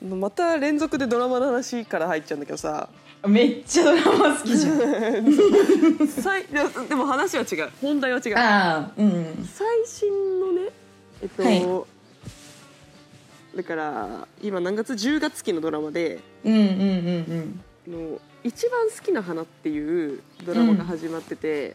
また連続でドラマの話から入っちゃうんだけどさ、 めっちゃドラマ好きじゃんでも話は違う、本題は違う。最新のねはい、だから今何月10月期のドラマで、の一番好きな花っていうドラマが始まってて、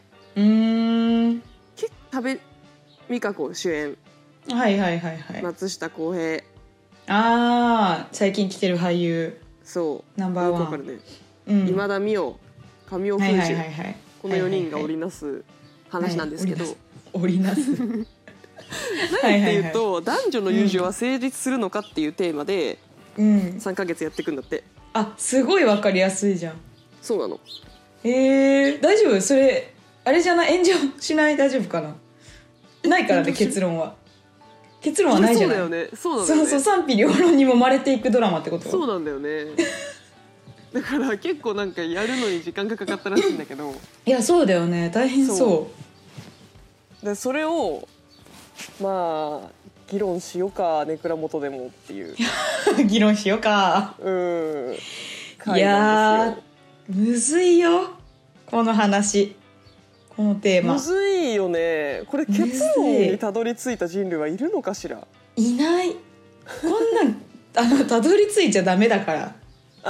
多部未華子主演、松下洸平、 最近来てる俳優、 そうナンバーワン、 からね、今田美桜、神尾楓珠、この4人が織りなす話なんですけど、 織りなす何っていうと、男女の友情は成立するのかっていうテーマで3ヶ月やっていくんだって。 すごい分かりやすいじゃん。 そうなの。 大丈夫？それあれじゃない？炎上しない？大丈夫かな？ないからね、結論はないじゃない。 そうだよね。そうなんだよね。 そう賛否両論にもまれていくドラマってこと。 そうなんだよねだから結構なんかやるのに時間がかかったらしいんだけどいやそうだよね、大変でそれをまあ議論しようか、ネクラ元でもっていう議論しようか。いやむずいよ、この話、このテーマむずいよね。これ結論にたどり着いた人類はいるのかしら。 いない。こんなんたどり着いちゃダメだから。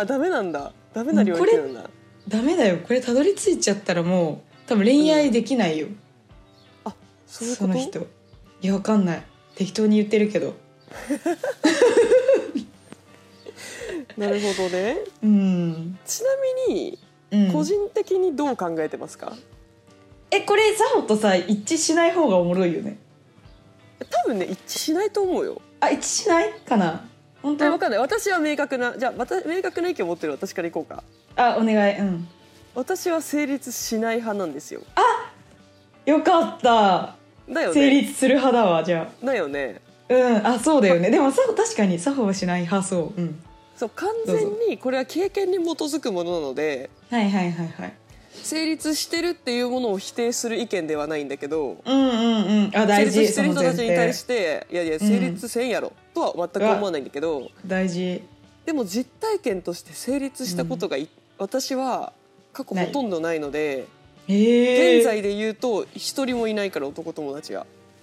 ダメなんだ。ダメな領域なんだ。 ダメだよ、これたどり着いちゃったらもう多分恋愛できないよ、 そういうこと？ その人。いやわかんない、適当に言ってるけどなるほどね。ちなみに、個人的にどう考えてますか？ これザホとさ一致しない方がおもろいよね。 多分ね一致しないと思うよ。 一致しないかな。本当？ 分かんない。私は明確な、じゃあ明確な意見を持ってる私からいこうか。 お願い。 私は成立しない派なんですよ。 よかった。 だよね。 成立する派だわ、じゃあ。 だよね。 そうだよね。でも確かに作法はしない派。 そう完全にこれは経験に基づくものなので、成立してるっていうものを否定する意見ではないんだけど、 大事。 成立してる人たちに対していや成立せんやろとは全く思わないんだけど、 大事。 でも実体験として成立したことが私は過去ほとんどないので、現在で言うと一人もいないから、男友達が。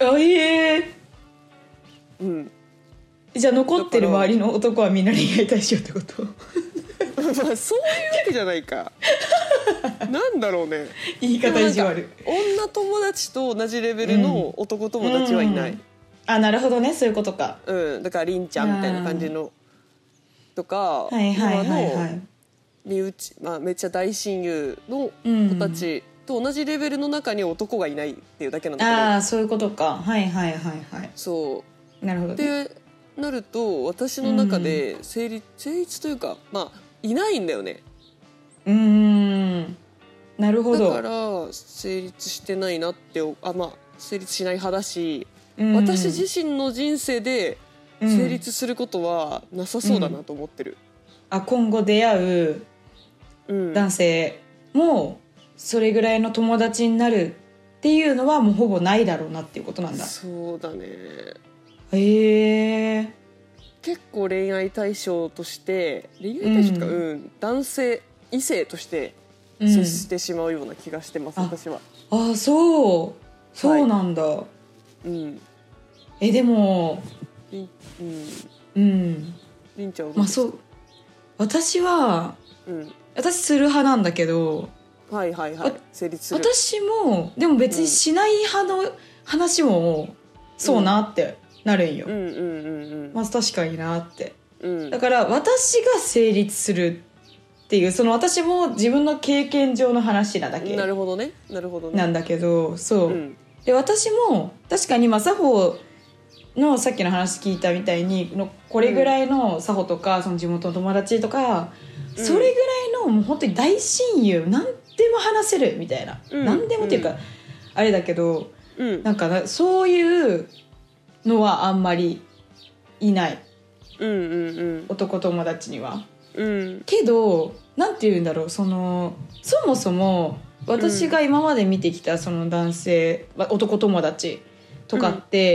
じゃあ残ってる周りの男はみんな恋愛対象ってことまあそういうわけじゃないかなんだろうね、 言い方意地悪。 女友達と同じレベルの男友達はいない、 なるほどね、そういうことか。 だからりんちゃんみたいな感じのとか、今の身内、めっちゃ大親友の子たちと同じレベルの中に男がいないっていうだけなんだけど。 そういうことか。 そうなるほど、ね、 でなると私の中で成立というか、いないんだよね。 なるほど。 だから成立してないなって成立しない派だし、私自身の人生で成立することはなさそうだなと思ってる。 今後出会う男性もそれぐらいの友達になるっていうのはもうほぼないだろうなっていうことなんだ。 そうだね。結構恋愛対象として男性異性として接してしまうような気がしてます、私は。そうなんだ。でもりんちゃんはどうですか？ 私は、私する派なんだけど、 成立する。 私もでも別にしない派の話もそうなってなるんよ。確かになって、だから私が成立するっていう、その私も自分の経験上の話なだけなんだけど、で私も確かに作法のさっきの話聞いたみたいにこれぐらいの作法とかその地元の友達とか、それぐらいのもう本当に大親友、何でも話せるみたいな、何でもっていうかあれだけど、なんかそういうのはあんまりいない、男友達には。けどなんて言うんだろう、そもそも私が今まで見てきたその男性、男友達とかって、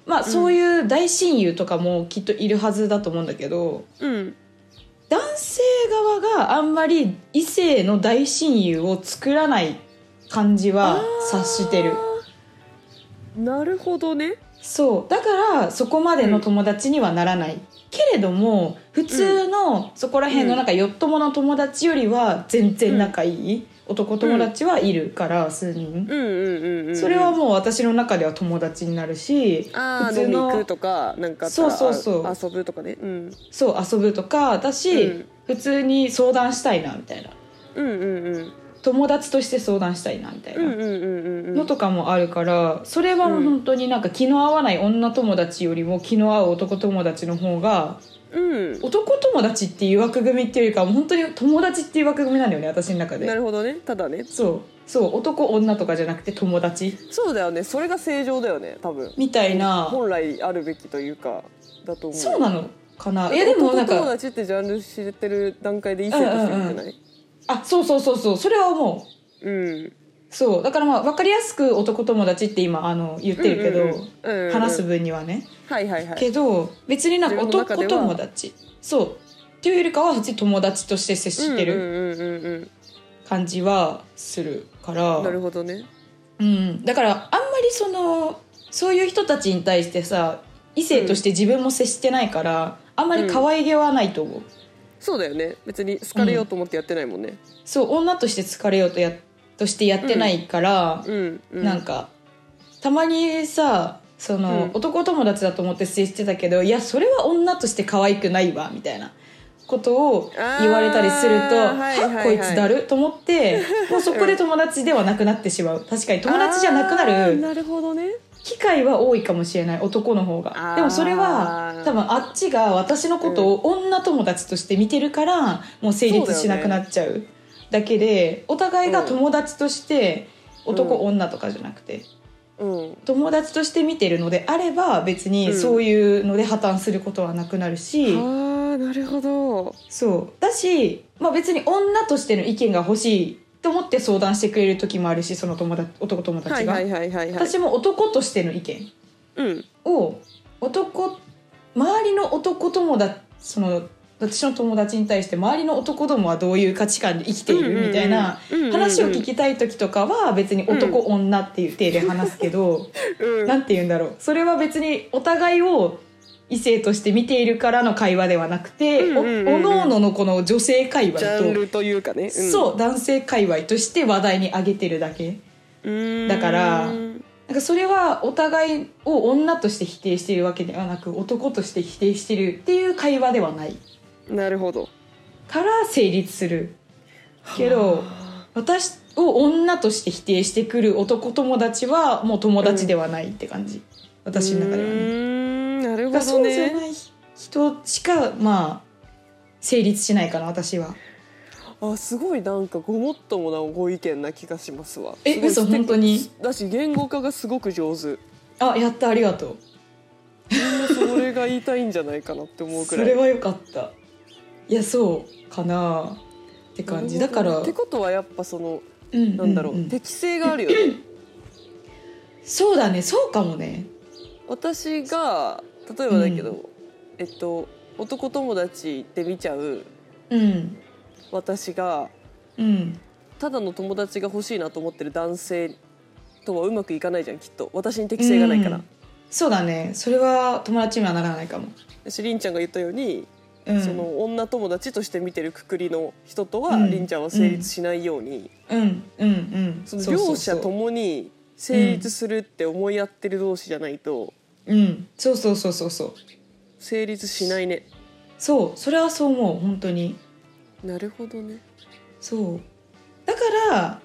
まあそういう大親友とかもきっといるはずだと思うんだけど、 うん、 男性側があんまり異性の大親友を作らない感じは察してる。 なるほどね。 そうだからそこまでの友達にはならない、けれども普通のそこら辺のなんかよっ友の友達よりは全然仲いい男友達はいるから数人、それはもう私の中では友達になるし、 普通の飲み行くとかなんかそう遊ぶとかね、 そう遊ぶとかだし、普通に相談したいなみたいな、友達として相談したいなみたいなのとかもあるから、それは本当になんか気の合わない女友達よりも気の合う男友達の方が、男友達っていう枠組みっていうよりかも本当に友達っていう枠組みなんだよね、私の中で。 なるほどね。ただね、 そう男女とかじゃなくて友達。 そうだよね、それが正常だよね多分、 みたいな、 本来あるべきというかだと思う。 そうなのかな。いやでもなんか男友達ってジャンル知れてる段階で異性としてるんじゃない？ あ、そうそれは思う。 そうだからまあ分かりやすく男友達って今言ってるけど、話す分にはね、けど別になんか男友達そうっていうよりかは普通に友達として接してる感じはするから。 なるほどね。 だからあんまりそういう人たちに対してさ、異性として自分も接してないから、あんまり可愛げはないと思う。 そうだよね、別に好かれようと思ってやってないもんね。 そう女として好かれようとしてやってないから、なんかたまにさ男友達だと思って接してたけど、いやそれは女として可愛くないわみたいなことを言われたりすると、はこいつだると思ってもうそこで友達ではなくなってしまう。確かに友達じゃなくなるなるほどね、 機会は多いかもしれない、男の方が。でもそれは多分あっちが私のことを女友達として見てるからもう成立しなくなっちゃうだけで、お互いが友達として男女とかじゃなくて友達として見てるのであれば別にそういうので破綻することはなくなるし、 なるほど。 そうだし、まあ、別に女としての意見が欲しいと思って相談してくれる時もあるし、その男友達が、私も男としての意見を、周りの男友達、私の友達に対して周りの男どもはどういう価値観で生きているみたいな話を聞きたい時とかは別に男、女っていう体で話すけど、なんて言うんだろう、それは別にお互いを異性として見ているからの会話ではなくて、おのおののこの女性界隈とジャンルというかね、 そう男性界隈として話題に上げてるだけだから、なんかそれはお互いを女として否定しているわけではなく男として否定してるっていう会話ではない。 なるほど。 から成立するけど、私を女として否定してくる男友達はもう友達ではないって感じ、私の中ではね。 なるほどね。 そうじゃない人しかまあ成立しないかな、私は。 すごいなんかごもっともなご意見な気がしますわ。 嘘、本当に。 だし言語化がすごく上手。 やった、ありがとう。 みんなそれが言いたいんじゃないかなって思うくらい。 それはよかった。いやそうかなって感じだから。 ってことはやっぱなんだろう、適性があるよね。 そうだね、そうかもね。 私が例えばだけど、男友達って見ちゃう、私が、ただの友達が欲しいなと思ってる男性とはうまくいかないじゃん、きっと。私に適性がないから。 そうだね、それは友達にはならないかも。 りんちゃんが言ったように、その女友達として見てるくくりの人とは、りんちゃんは成立しないように、両者ともに成立するって思い合ってる同士じゃないと、 そう成立しないね。 そう、それはそう思う、本当に。 なるほどね。 そうだから、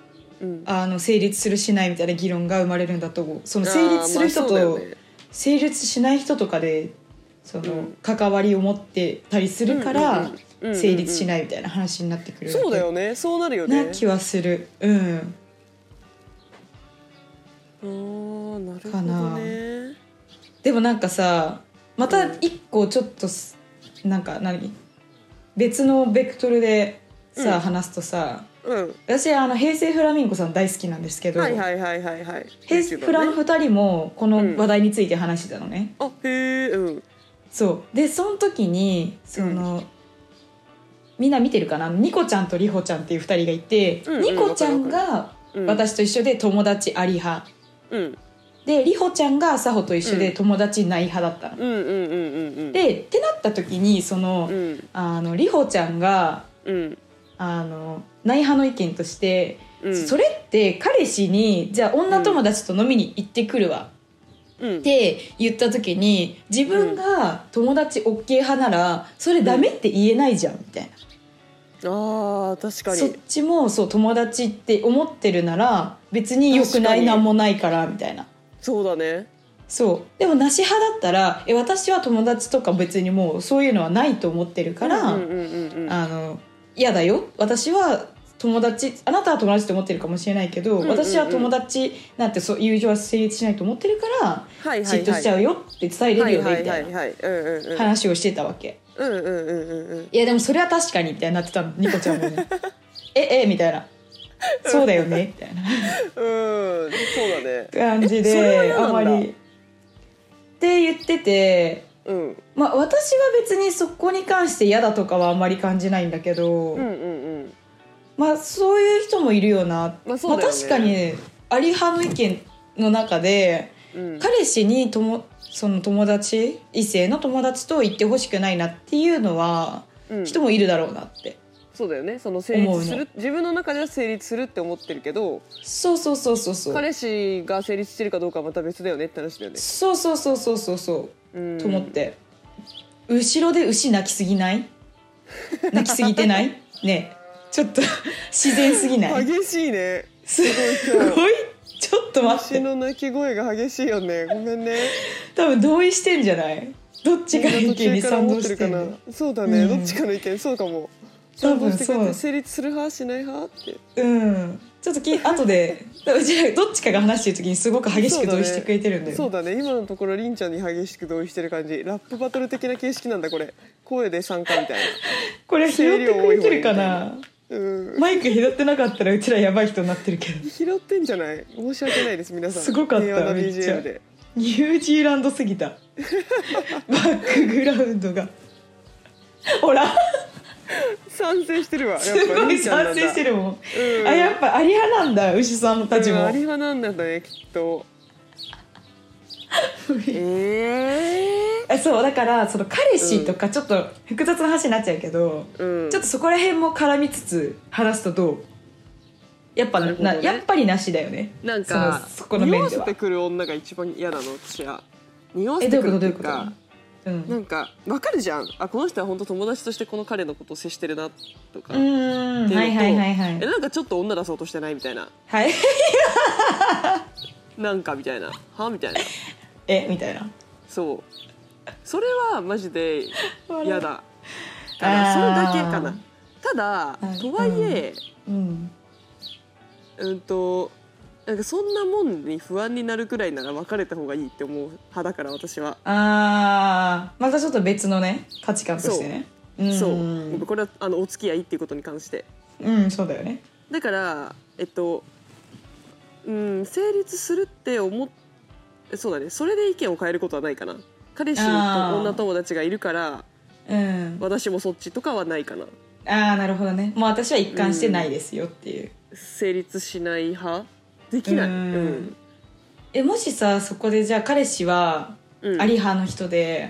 成立するしないみたいな議論が生まれるんだと思う。その成立する人と成立しない人とかで関わりを持ってたりするから成立しないみたいな話になってくる。 そうだよね、そうなるよね。 な気はする。 なるほどね。 でもなんかさ、また一個ちょっとなんか別のベクトルでさ、話すとさ、 私平成フラミンゴさん大好きなんですけど、 はいはいはいはいはい、 平成フラの2人もこの話題について話してたのね、 あへえ、 そうでその時にみんな見てるかな、ニコちゃんとリホちゃんっていう2人がいて、ニコちゃんが私と一緒で友達あり派、でリホちゃんがサホと一緒で友達ない派だったの、でってなった時にリホちゃんが、ない派の意見として、それって彼氏にじゃあ女友達と飲みに行ってくるわ、って言った時に自分が友達 OK 派ならそれダメって言えないじゃんみたいな、 確かにそっちもそう友達って思ってるなら別に良くないなんもないからみたいな。 そうだね。 そうでもなし派だったら私は友達とか別にもうそういうのはないと思ってるから嫌だよ、私は友達、あなたは友達と思ってるかもしれないけど、私は友達なんてそう友情は成立しないと思ってるから嫉妬しちゃうよって伝えれるよねみたいな話をしてたわけ。いやでもそれは確かにみたいになってたの、ニコちゃんもねみたいな、そうだよねみたいなそうだね感じであまりって言ってて、まあ私は別にそこに関して嫌だとかはあんまり感じないんだけど、まあそういう人もいるよな、確かにあり派の意見の中で、彼氏にその友達異性の友達と言ってほしくないなっていうのは、人もいるだろうなって。 そうだよね、その成立する、自分の中では成立するって思ってるけど、 そう彼氏が成立してるかどうかはまた別だよねって話だよね。 そうと思って、後ろで牛泣きすぎない？泣きすぎてないねえ、ちょっと自然すぎない？ 激しいね、 すごいちょっと待って、 牛の鳴き声が激しいよね、ごめんね。 多分同意してんじゃない？どっちかの意見に賛同してるかな。 そうだね、どっちかの意見そうかも。多分そう成立する派しない派って、 ちょっと後でうちらどっちかが話してる時にすごく激しく同意してくれてるんだよね。 そうだね、今のところりんちゃんに激しく同意してる感じ。ラップバトル的な形式なんだこれ、声で参加みたいな。 これ拾ってくれてるかな。マイク拾ってなかったらうちらやばい人になってるけど。 拾ってんじゃない？申し訳ないです皆さん。 すごかった、 平和なめっちゃ BGM で。 ニュージーランドすぎたバックグラウンドがほら賛成してるわ、やっぱすごい賛成してるもん、やっぱアリ派なんだ、牛さんたちも、 アリ派なんだねきっとそうだからその彼氏とかちょっと複雑な話になっちゃうけど、ちょっとそこら辺も絡みつつ話すとどう？やっぱやっぱりなしだよね。 なんかそこの面では匂わせてくる女が一番嫌なの私は。匂わせてくるっていうか、なんか分かるじゃん、この人は本当友達としてこの彼のことを接してるなとかっていうのと、なんかちょっと女出そうとしてないみたいな、なんかみたいな、みたいなみたいな、 そうそれはマジで嫌だからそれだけかな。ただとはいえなんかそんなもんに不安になるくらいなら別れた方がいいって思う派だから私は。 またちょっと別のね価値観としてね。 そうこれはお付き合いっていうことに関してそうだよね。 だから成立するってそうだね、それで意見を変えることはないかな。彼氏と女友達がいるから、私もそっちとかはないかな。 なるほどね。もう私は一貫してないですよっていう、 成立しない派できない。 もしさそこでじゃあ彼氏はあり派の人で、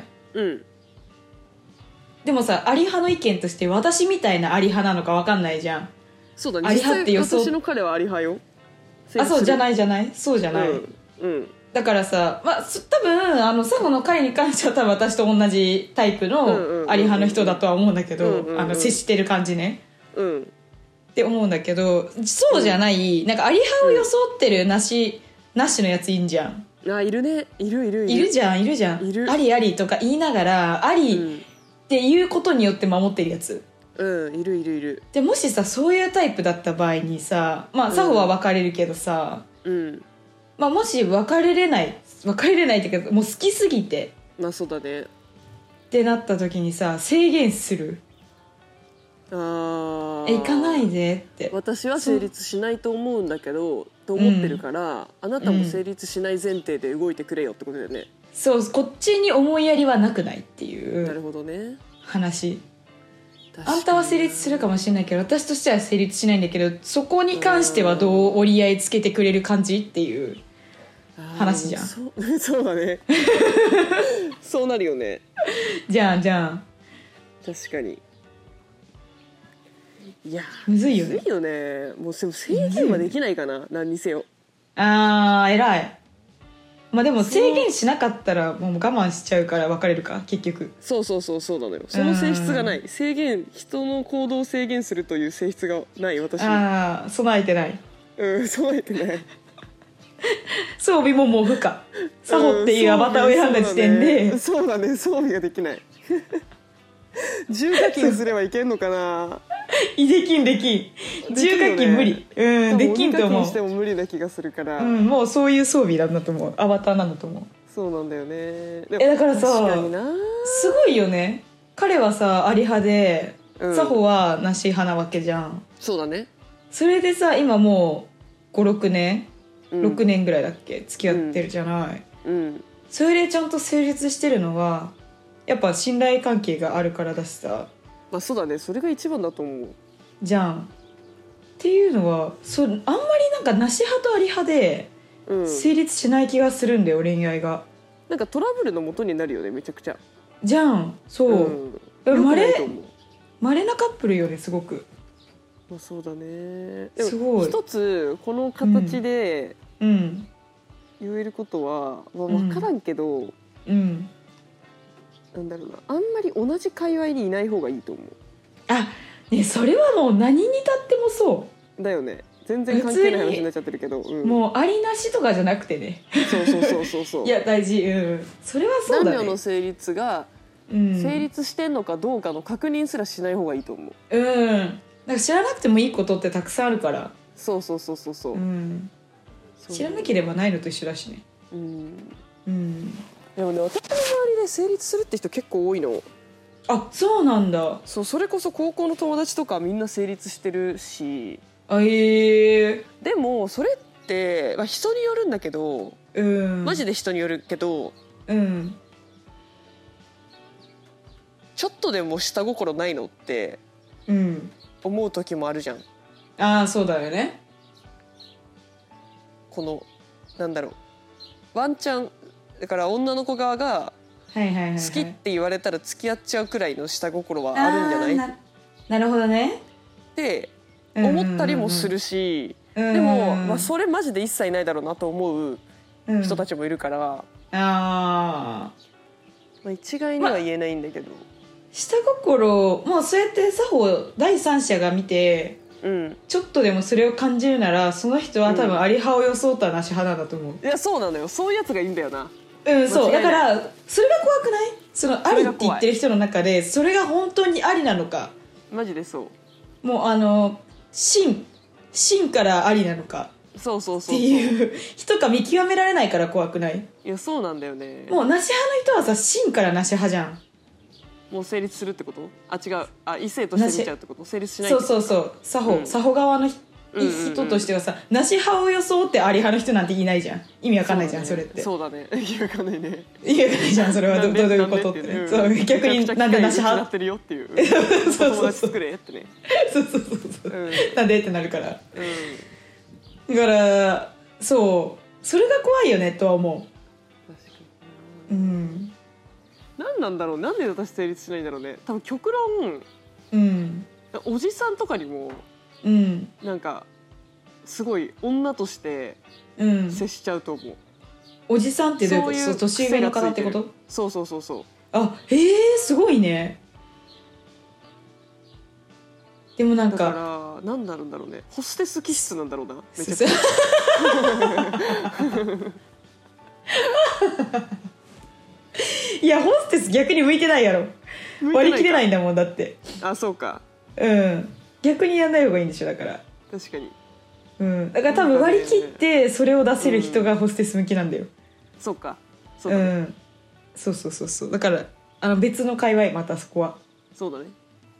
でもさあり派の意見として私みたいなあり派なのか分かんないじゃん。 そうだね、実際私の彼はあり派よ。 そうじゃないそうじゃない、だからさ、多分サホの彼に関しては多分私と同じタイプのあり派の人だとは思うんだけど、接してる感じね、って思うんだけど、そうじゃない、なんかあり派を装ってるなしのやついいんじゃん。 いるね、いるじゃんありありとか言いながらありっていうことによって守ってるやつ、 いる。 でもしさそういうタイプだった場合にさ、サホは別れるけどさ、もし別れれないっていうかもう好きすぎてそうだねってなった時にさ制限する。 行かないでって私は成立しないと思うんだけどと思ってるから、あなたも成立しない前提で動いてくれよってことだよね。 そうこっちに思いやりはなくないっていうなるほどね話。あんたは成立するかもしれないけど私としては成立しないんだけどそこに関してはどう折り合いつけてくれる感じっていう話じゃん。 そうだねそうなるよね。 じゃん確かに。いやむずいよね。 むずいよね。もう制限はできないかな、何にせよ。 偉い。まあでも制限しなかったらもう我慢しちゃうから別れるか結局。 そうなのよ。その性質がない。人の行動を制限するという性質がない私に。 備えてない。 備えてない装備ももう不可。サホっていうアバターを選んだ時点で、 そうだね、装備ができない重課金すればいけんのかなできん重課金無理。できんと思う。 しても無理な気がするから、 もうそういう装備なんだと思う。アバターなんだと思う。 そうなんだよね。 だからさ確かにな、 すごいよね。彼はさあり派で、サホはなし派なわけじゃん。 そうだね。 それでさ今もう56年6年ぐらいだっけ付き合ってるじゃない、それでちゃんと成立してるのはやっぱ信頼関係があるからだしさ。 まあそうだね、それが一番だと思うじゃん。っていうのはあんまりなんかなし派とあり派で成立しない気がするんだよ、恋愛が。 なんかトラブルの元になるよね、めちゃくちゃ。 じゃん。そう、稀なカップルよねすごく。 まあ、そうだね。 でもすごい一つこの形で言えることは、分からんけど、なんだろうな、あんまり同じ界隈にいない方がいいと思う。 ね、それはもう何に至ってもそうだよね。全然関係ない話になっちゃってるけど、 もうありなしとかじゃなくてね。 そういや大事。それはそうだね。 男女の成立が成立してんのかどうかの確認すらしない方がいいと思う。 なんか知らなくてもいいことってたくさんあるから。 そう、 知らなければないのと一緒だしね。 でもね、私の周りで成立するって人結構多いの。 そうなんだ。 それこそ高校の友達とかみんな成立してるし。 でもそれって、人によるんだけど、マジで人によるけど、ちょっとでも下心ないのって思う時もあるじゃん。 そうだよね。 このなんだろう、ワンチャンだから女の子側が好きって言われたら付き合っちゃうくらいの下心はあるんじゃない？ なるほどねって思ったりもするし、でも、それマジで一切ないだろうなと思う人たちもいるから、一概には言えないんだけど、 下心もうそうやって作法第三者が見て、ちょっとでもそれを感じるならその人は多分あり派を装ったなし派なんだと思う。 いやそうなのよ、そういうやつがいいんだよな。 そうだからそれが怖くない？そのありって言ってる人の中でそれが本当にありなのか、 マジでそう、 もう真からありなのかそうっていう人か見極められないから怖くない？ いやそうなんだよね。 もうなし派の人はさ真からなし派じゃん。 もう成立するってこと？違う、異性として見ちゃうってこと？成立しないってこと？ そう作法側の人としてはさ、なし派を装ってあり派の人なんていないじゃん。意味わかんないじゃん それって。 そうだね、意味わかんないね。 意味わかんないじゃんそれは。どういうことってね。そう逆になんでなし派ってるよっていう友達作れってね。 そうなんでってなるから、だからそれが怖いよねとは思う。 確かに。何なんだろう、なんで私成立しないんだろうね。多分極論、おじさんとかにも、なんかすごい女として接しちゃうと思う。 おじさんってどういうこと？年上の方ってこと？ そうすごいね。でもなんかだからなんだろうね、ホステス気質なんだろうな、めちゃくちゃいやホステス逆に向いてないやろ。割り切れないんだもんだって。 そうか。 逆にやんない方がいいんでしょ。だから確かに。 だから多分割り切ってそれを出せる人がホステス向きなんだよ。 そうか。そうだね。 そうだから別の界隈またそこは。 そうだね。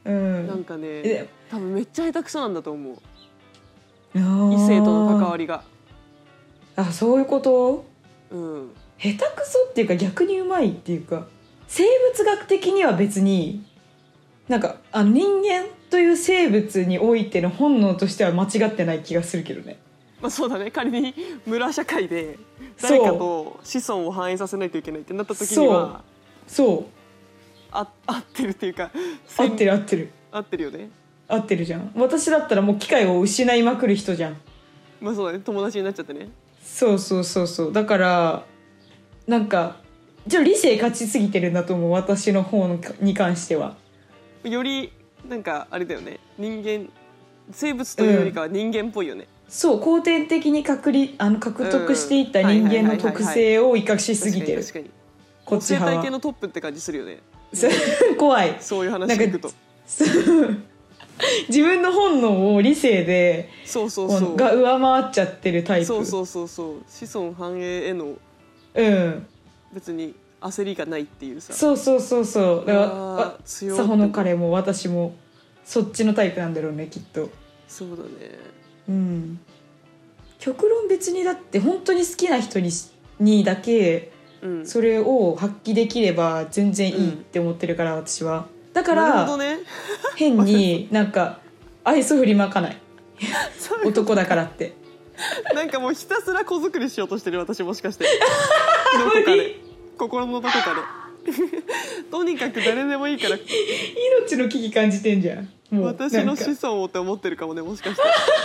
なんかね多分めっちゃ下手くそなんだと思う、異性との関わりが。 そういうこと、下手くそっていうか逆にうまいっていうか、生物学的には別になんか人間という生物においての本能としては間違ってない気がするけどね。 そうだね、仮に村社会で誰かと子孫を繁栄させないといけないってなった時には合ってるっていうか、 合ってるよね。 合ってるじゃん。私だったらもう機会を失いまくる人じゃん。 そうだね、友達になっちゃってね。 そうだからなんか理性勝ちすぎてるんだと思う、私の方に関しては。よりなんかあれだよね、生物というよりかは人間っぽいよね。 そう後天的に獲得していった人間の特性を生かしすぎてる。 確かにこっち派は生態系のトップって感じするよね。 怖い、 そういう話聞くと。 自分の本能を理性でが上回っちゃってるタイプ。 そう子孫繁栄への別に焦りがないっていうさ。そうだから佐保の彼も私もそっちのタイプなんだろうねきっと。 そうだね。 極論別にだって本当に好きな人にだけそれを発揮できれば全然いいって思ってるから、私は。だから、変になんか愛想振りまかない男だからって。 なんかもうひたすら子作りしようとしてる、私もしかしてどこかで心のどこかでとにかく誰でもいいから命の危機感じてんじゃん。もう私の子孫をって思ってるかもね、もしかして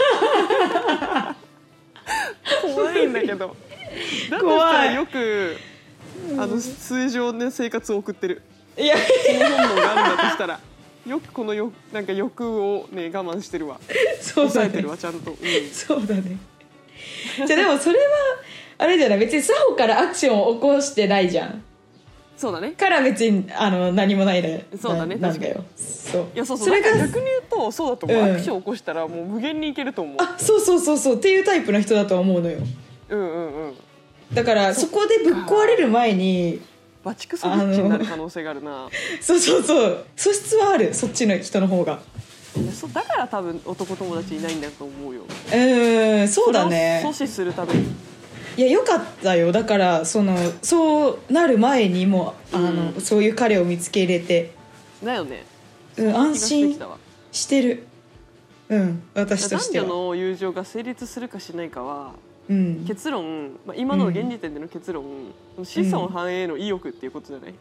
怖いんだけど。だとしたらよく通常ね生活を送ってる。その本能があるんだとしたらよくこのなんか欲をね我慢してるわ。抑えてるわちゃんと。 そうだね。じゃあでもそれはあれじゃない、別に佐保からアクションを起こしてないじゃん。 そうだね。 から別に何もないで。 そうだね、 なんだよ。 それが逆に言うとそうだと思う。アクションを起こしたらもう無限にいけると思う。 そうっていうタイプの人だと思うのよ。だからそこでぶっ壊れる前にバチクソビッチになる可能性があるな。 そう素質はある、そっちの人の方が。 だから多分男友達いないんだと思うよ。 そうだね。 阻止するために。 いやよかったよ。だからそうなる前にもそういう彼を見つけ入れてだよね。 安心してる。私としては男女の友情が成立するかしないかは、結論、今の現時点での結論、子孫繁栄の意欲っていうことじゃない？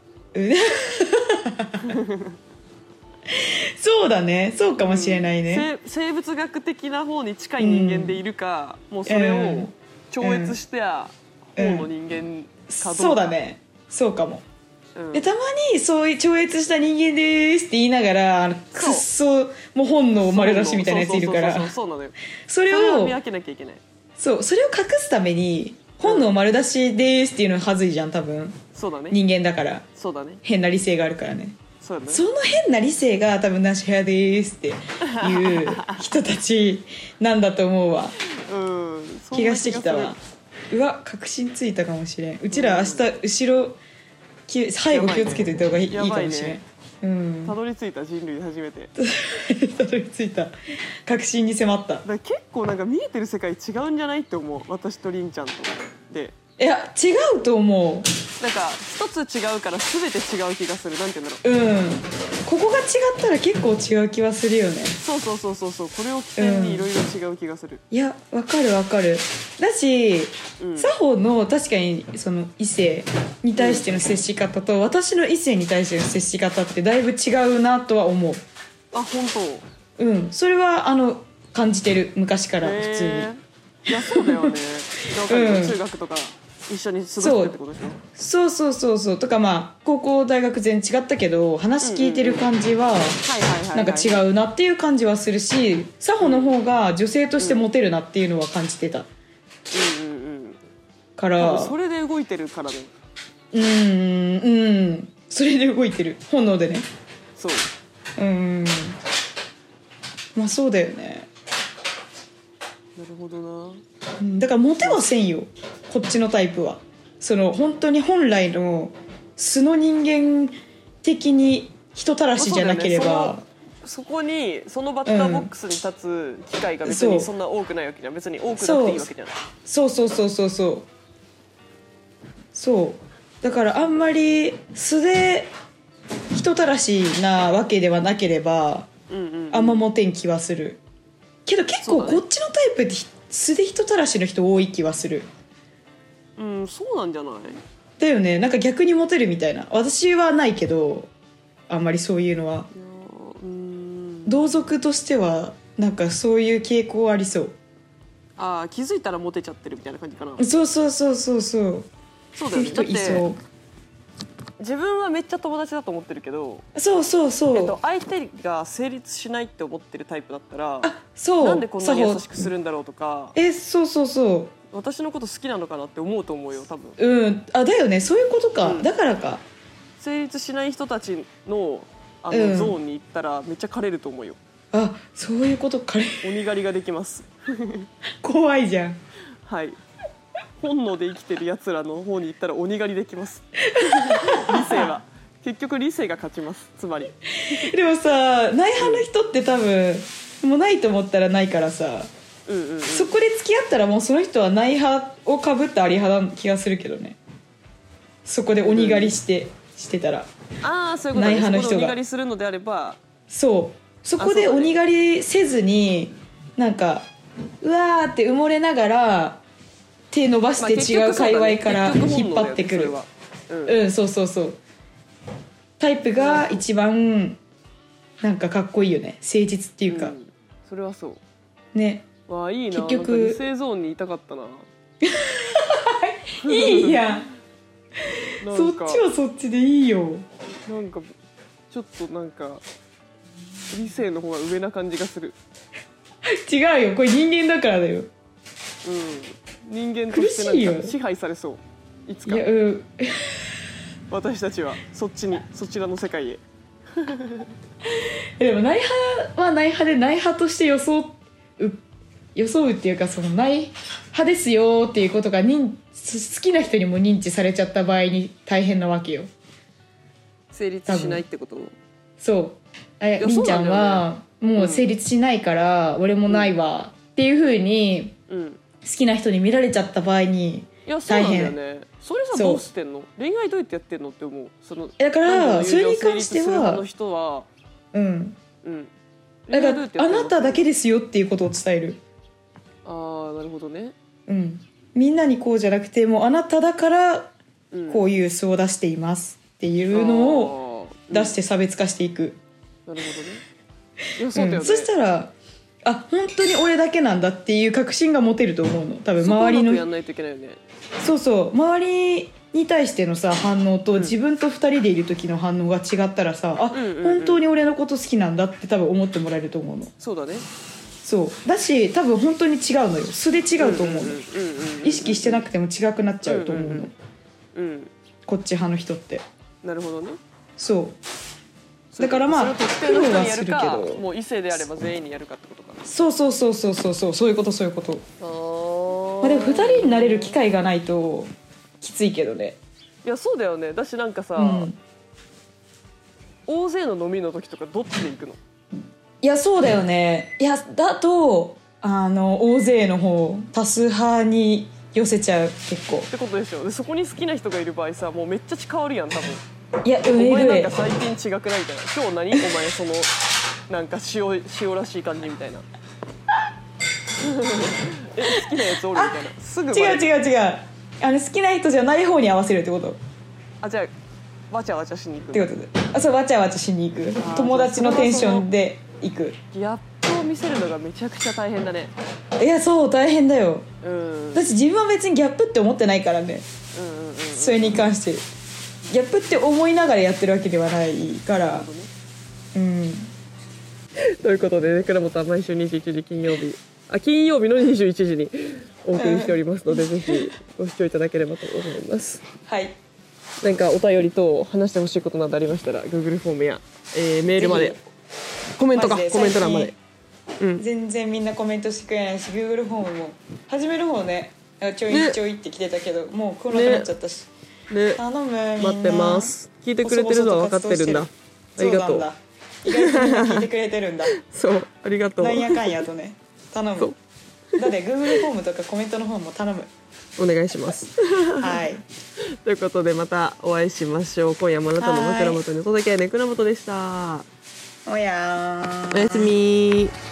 そうだね、そうかもしれないね。 生物学的な方に近い人間でいるか、もうそれを超越して方の人間かどうか。 そうだね、そうかも。でたまにそういう超越した人間ですって言いながらくっそもう本能丸出しみたいなやついるから、それを見分けなきゃいけない。 それを隠すために本能丸出しですっていうのははずいじゃん多分。 そうだね、 人間だから。 そうだね、 変な理性があるからね。 その変な理性が多分なし部屋ですっていう人たちなんだと思うわ。気がしてきたわ。確信ついたかもしれん。うちら明日後ろ背後気をつけておいた方がいいかもしれん。 たどり着いた、人類初めてたどり着いた、確信に迫った。 結構なんか見えてる世界違うんじゃないって思う、私とりんちゃんとで。 いや違うと思う。 なんか一つ違うから全て違う気がする。なんて言うんだろう、 ここが違ったら結構違う気はするよね。 そうこれを起点にいろいろ違う気がする。 いやわかるだし、佐保の確かにその異性に対しての接し方と、私の異性に対しての接し方ってだいぶ違うなとは思う。 あ、本当？ それは感じてる、昔から普通に。 いやそうだよね。中学とか一緒に過ごしてってことでしょ。 そうとか高校大学全然違ったけど話聞いてる感じはなんか違うなっていう感じはするし、佐保の方が女性としてモテるなっていうのは感じてたからそれで動いてるからね。 それで動いてる本能でね。 そうそうだよね。 なるほどな。 だからモテはせんよ、こっちのタイプは。本当に本来の素の人間的に人たらしじゃなければ、 そこにそのバッターボックスに立つ機会が別にそんな多くないわけじゃん。別に多くなくていいわけじゃない。 そうだからあんまり素で人たらしなわけではなければ、あんまモテん気はするけど、結構こっちのタイプって素で人たらしの人多い気はする。 そうなんじゃない？ だよね。なんか逆にモテるみたいな。私はないけどあんまりそういうのは。同族としてはなんかそういう傾向ありそう。 気づいたらモテちゃってるみたいな感じかな。 そうそうだよね。 人いそう。 自分はめっちゃ友達だと思ってるけど、 そう相手が成立しないって思ってるタイプだったら、 そうなんでこんなに優しくするんだろうとか、 そう私のこと好きなのかなって思うと思うよ多分。 だよね。そういうことか、だからか。 成立しない人たちのゾーンに行ったらめっちゃ枯れると思うよ。 そういうことか。 鬼狩りができます怖いじゃん。 はい、本能で生きてるやつらの方に行ったら鬼狩りできます結局理性が勝ちます。つまりでもさ、内派の人って多分もうないと思ったらないからさ、そこで付き合ったらもうその人は内派をかぶったあり派な気がするけどね。そこで鬼狩りしてたら、 そういうことね。内派の人が鬼狩りするのであれば、 そこで鬼狩りせずになんかうわーって埋もれながら手伸ばして違う界隈から引っ張ってくる、そうタイプが一番なんかかっこいいよね。誠実っていうか、 それはそうね。 いいな。結局理性ゾーンにいたかったな。 いいやんそっちはそっちでいいよ。 なんかちょっとなんか理性の方が上な感じがする。 違うよ、これ人間だからだよ。 人間としてなんか支配されそう。いつか私たちはそちらの世界へでも内派は内派で内派として装うっていうか、その内派ですよっていうことが好きな人にも認知されちゃった場合に大変なわけよ。 成立しないってこと？ そうりんちゃんはもう成立しないから、俺もないわっていう風に好きな人に見られちゃった場合に大変。 そうなんだよね。それさどうしてんの？恋愛どうやってやってんのって思う。 だからそれに関してはの人はだからあなただけですよっていうことを伝える。 なるほどね。 みんなにこうじゃなくて、もうあなただからこういう素を出していますっていうのを出して差別化していく。 なるほどね。いやそうだよね。 そしたら本当に俺だけなんだっていう確信が持てると思うの。多分周りのやんないといけないよね。 周りに対してのさ反応と自分と2人でいる時の反応が違ったらさ、本当に俺のこと好きなんだって多分思ってもらえると思うの。 そうだね。 だし多分本当に違うのよ。素で違うと思うの。意識してなくても違くなっちゃうと思うの。こっち派の人って。 なるほどね。 だから苦労はするけど、 もう異性であれば全員にやるかってことかな。 そういうこと。でも2人になれる機会がないときついけどね。 いやそうだよね。だしなんかさ、大勢の飲みの時とかどっちで行くの？ いやそうだよね。いやだと大勢の方、多数派に寄せちゃう結構ってことでしょ。でそこに好きな人がいる場合さ、もうめっちゃ変わるやん多分。 いやお前なんか最近違くないみたいな。今日何お前そのなんか塩らしい感じみたいな好きなやつおるみたいな。すぐ違う好きな人じゃない方に合わせるってこと。 じゃあわちゃわちゃしに行くってことで、そうわちゃわちゃしに行く。友達のテンションで行く。 ギャップを見せるのがめちゃくちゃ大変だね。 いや大変だよ。私自分は別にギャップって思ってないからね。それに関してギャップって思いながらやってるわけではないから。 ということで、倉本は毎週21時金曜日の21時にお送りしておりますので、ぜひご視聴いただければと思います。 はい。 なんかお便りと話してほしいことなどありましたら Google フォームや、メールまで、コメント欄まで。 全然みんなコメントしてくれないし、 Google フォームも始める方ねちょいって来てたけど、もう来なくなっちゃったし、頼むみんな。 待ってます。聞いてくれてるのは分かってるんだ。ありがとう。 意外とみんな聞いてくれてるんだ。 そうありがとう。 なんやかんやとね頼む。だって Google フォームとかコメントの方も頼む。 お願いしますはいということでまたお会いしましょう。今夜もあなたの枕元にお届けネクラ元でした。 おやおやすみ。